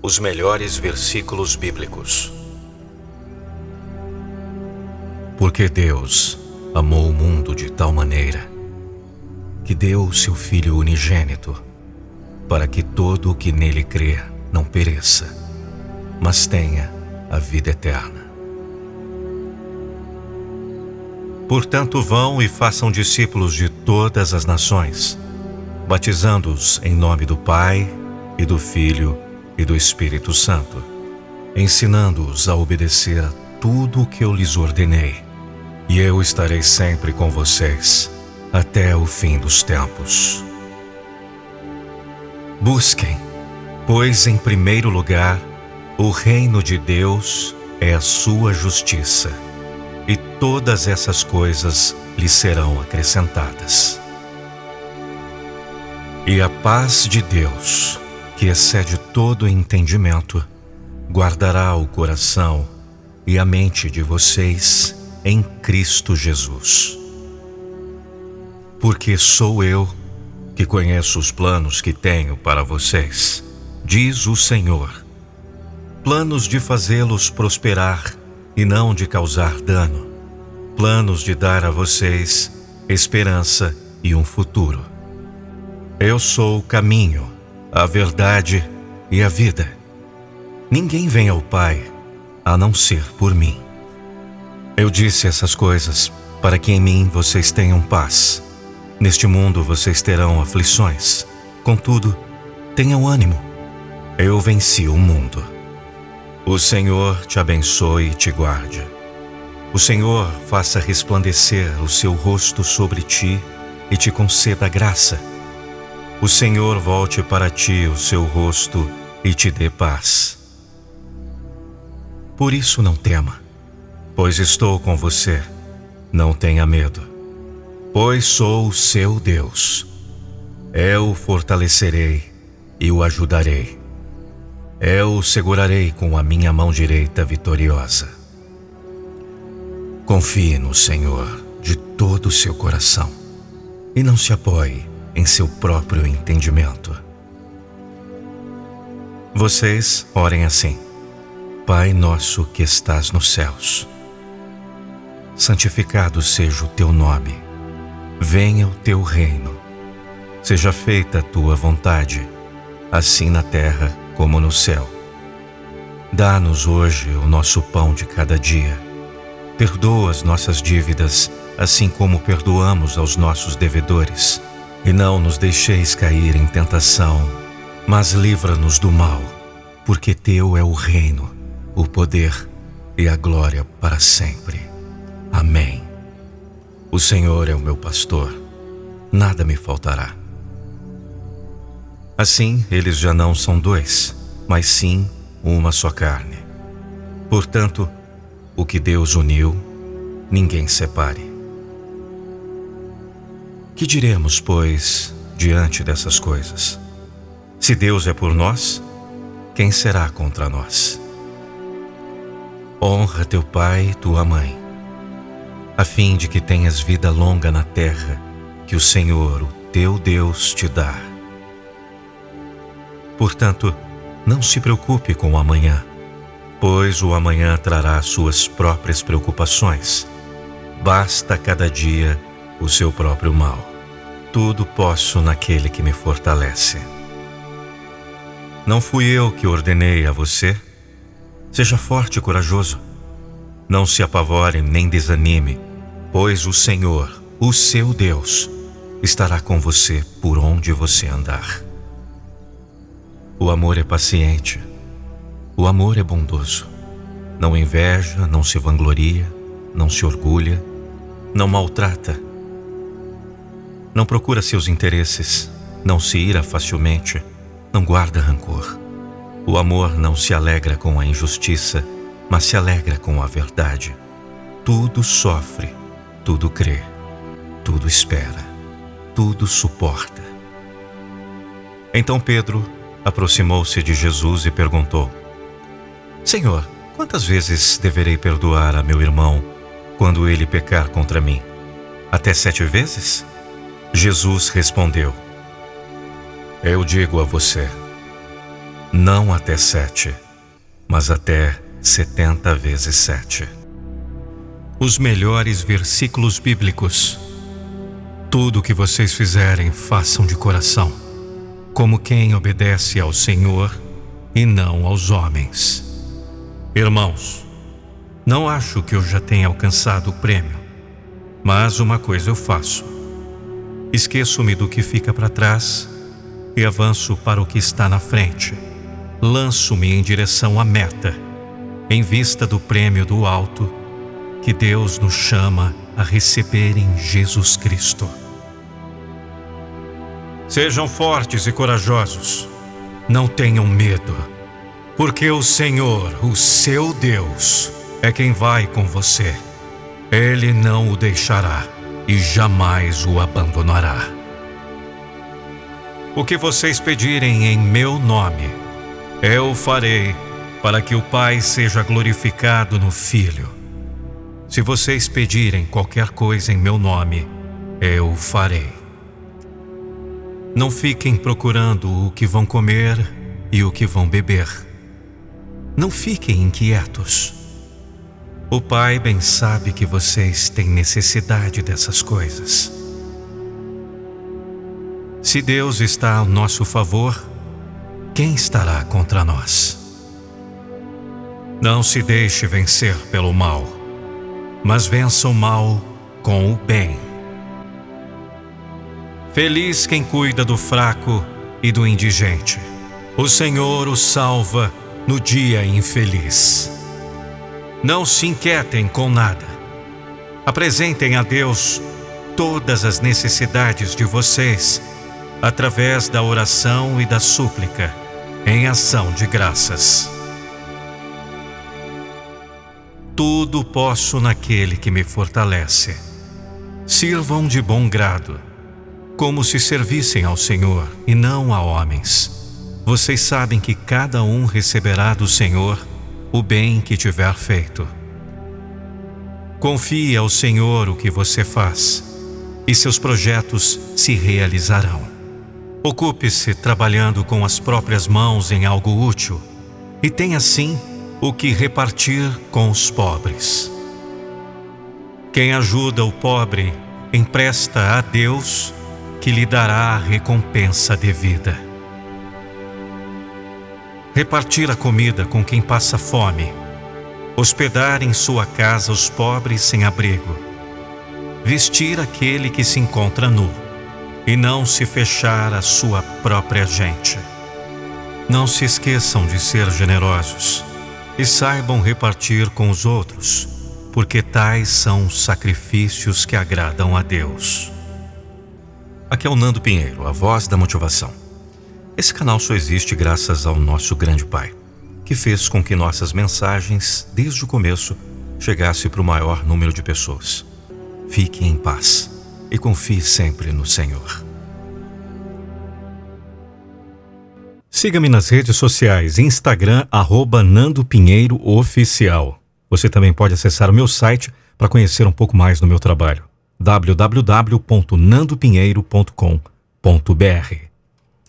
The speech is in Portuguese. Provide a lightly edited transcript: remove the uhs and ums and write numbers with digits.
Os melhores versículos bíblicos. Porque Deus amou o mundo de tal maneira que deu o seu Filho unigênito, para que todo o que nele crê não pereça, mas tenha a vida eterna. Portanto, vão e façam discípulos de todas as nações, batizando-os em nome do Pai e do Filho e do Espírito Santo, ensinando-os a obedecer a tudo o que eu lhes ordenei. E eu estarei sempre com vocês até o fim dos tempos. Busquem, pois, em primeiro lugar, o reino de Deus é a sua justiça, e todas essas coisas lhes serão acrescentadas. E a paz de Deus, que excede todo entendimento, guardará o coração e a mente de vocês em Cristo Jesus. Porque sou eu que conheço os planos que tenho para vocês, diz o Senhor, planos de fazê-los prosperar e não de causar dano, planos de dar a vocês esperança e um futuro. Eu sou o caminho, a verdade e a vida. Ninguém vem ao Pai a não ser por mim. Eu disse essas coisas para que em mim vocês tenham paz. Neste mundo vocês terão aflições. Contudo, tenham ânimo. Eu venci o mundo. O Senhor te abençoe e te guarde. O Senhor faça resplandecer o seu rosto sobre ti e te conceda graça. O Senhor volte para ti o seu rosto e te dê paz. Por isso não tema, pois estou com você. Não tenha medo, pois sou o seu Deus. Eu o fortalecerei e o ajudarei. Eu o segurarei com a minha mão direita vitoriosa. Confie no Senhor de todo o seu coração e não se apoie em seu próprio entendimento. Vocês orem assim: Pai nosso que estás nos céus, santificado seja o teu nome. Venha o teu reino. Seja feita a tua vontade, assim na terra como no céu. Dá-nos hoje o nosso pão de cada dia. Perdoa as nossas dívidas, assim como perdoamos aos nossos devedores. E não nos deixeis cair em tentação, mas livra-nos do mal, porque teu é o reino, o poder e a glória para sempre. Amém. O Senhor é o meu pastor, nada me faltará. Assim, eles já não são dois, mas sim uma só carne. Portanto, o que Deus uniu, ninguém separe. Que diremos, pois, diante dessas coisas? Se Deus é por nós, quem será contra nós? Honra teu pai e tua mãe, a fim de que tenhas vida longa na terra que o Senhor, o teu Deus, te dá. Portanto, não se preocupe com o amanhã, pois o amanhã trará suas próprias preocupações. Basta cada dia o seu próprio mal. Tudo posso naquele que me fortalece. Não fui eu que ordenei a você? Seja forte e corajoso. Não se apavore nem desanime, pois o Senhor, o seu Deus, estará com você por onde você andar. O amor é paciente. O amor é bondoso. Não inveja, não se vangloria, não se orgulha, não maltrata. Não procura seus interesses, não se ira facilmente, não guarda rancor. O amor não se alegra com a injustiça, mas se alegra com a verdade. Tudo sofre, tudo crê, tudo espera, tudo suporta. Então Pedro aproximou-se de Jesus e perguntou: Senhor, quantas vezes deverei perdoar a meu irmão quando ele pecar contra mim? Até 7 vezes? Jesus respondeu: Eu digo a você, não até 7, mas até 70 vezes 7. Os melhores versículos bíblicos. Tudo o que vocês fizerem, façam de coração, como quem obedece ao Senhor e não aos homens. Irmãos, não acho que eu já tenha alcançado o prêmio, mas uma coisa eu faço: esqueço-me do que fica para trás e avanço para o que está na frente. Lanço-me em direção à meta, em vista do prêmio do alto que Deus nos chama a receber em Jesus Cristo. Sejam fortes e corajosos, não tenham medo, porque o Senhor, o seu Deus, é quem vai com você. Ele não o deixará e jamais o abandonará. O que vocês pedirem em meu nome, eu farei, para que o Pai seja glorificado no Filho. Se vocês pedirem qualquer coisa em meu nome, eu o farei. Não fiquem procurando o que vão comer e o que vão beber. Não fiquem inquietos. O Pai bem sabe que vocês têm necessidade dessas coisas. Se Deus está ao nosso favor, quem estará contra nós? Não se deixe vencer pelo mal, mas vença o mal com o bem. Feliz quem cuida do fraco e do indigente. O Senhor o salva no dia infeliz. Não se inquietem com nada. Apresentem a Deus todas as necessidades de vocês através da oração e da súplica, em ação de graças. Tudo posso naquele que me fortalece. Sirvam de bom grado, como se servissem ao Senhor e não a homens. Vocês sabem que cada um receberá do Senhor o bem que tiver feito. Confie ao Senhor o que você faz, e seus projetos se realizarão. Ocupe-se trabalhando com as próprias mãos em algo útil, e tenha assim o que repartir com os pobres. Quem ajuda o pobre empresta a Deus, que lhe dará a recompensa devida. Repartir a comida com quem passa fome, hospedar em sua casa os pobres sem abrigo, vestir aquele que se encontra nu, e não se fechar à sua própria gente. Não se esqueçam de ser generosos e saibam repartir com os outros, porque tais são os sacrifícios que agradam a Deus. Aqui é o Nando Pinheiro, a voz da motivação. Esse canal só existe graças ao nosso grande Pai, que fez com que nossas mensagens, desde o começo, chegassem para o maior número de pessoas. Fique em paz e confie sempre no Senhor. Siga-me nas redes sociais, Instagram, @Nando Pinheiro Oficial. Você também pode acessar o meu site para conhecer um pouco mais do meu trabalho. www.nandopinheiro.com.br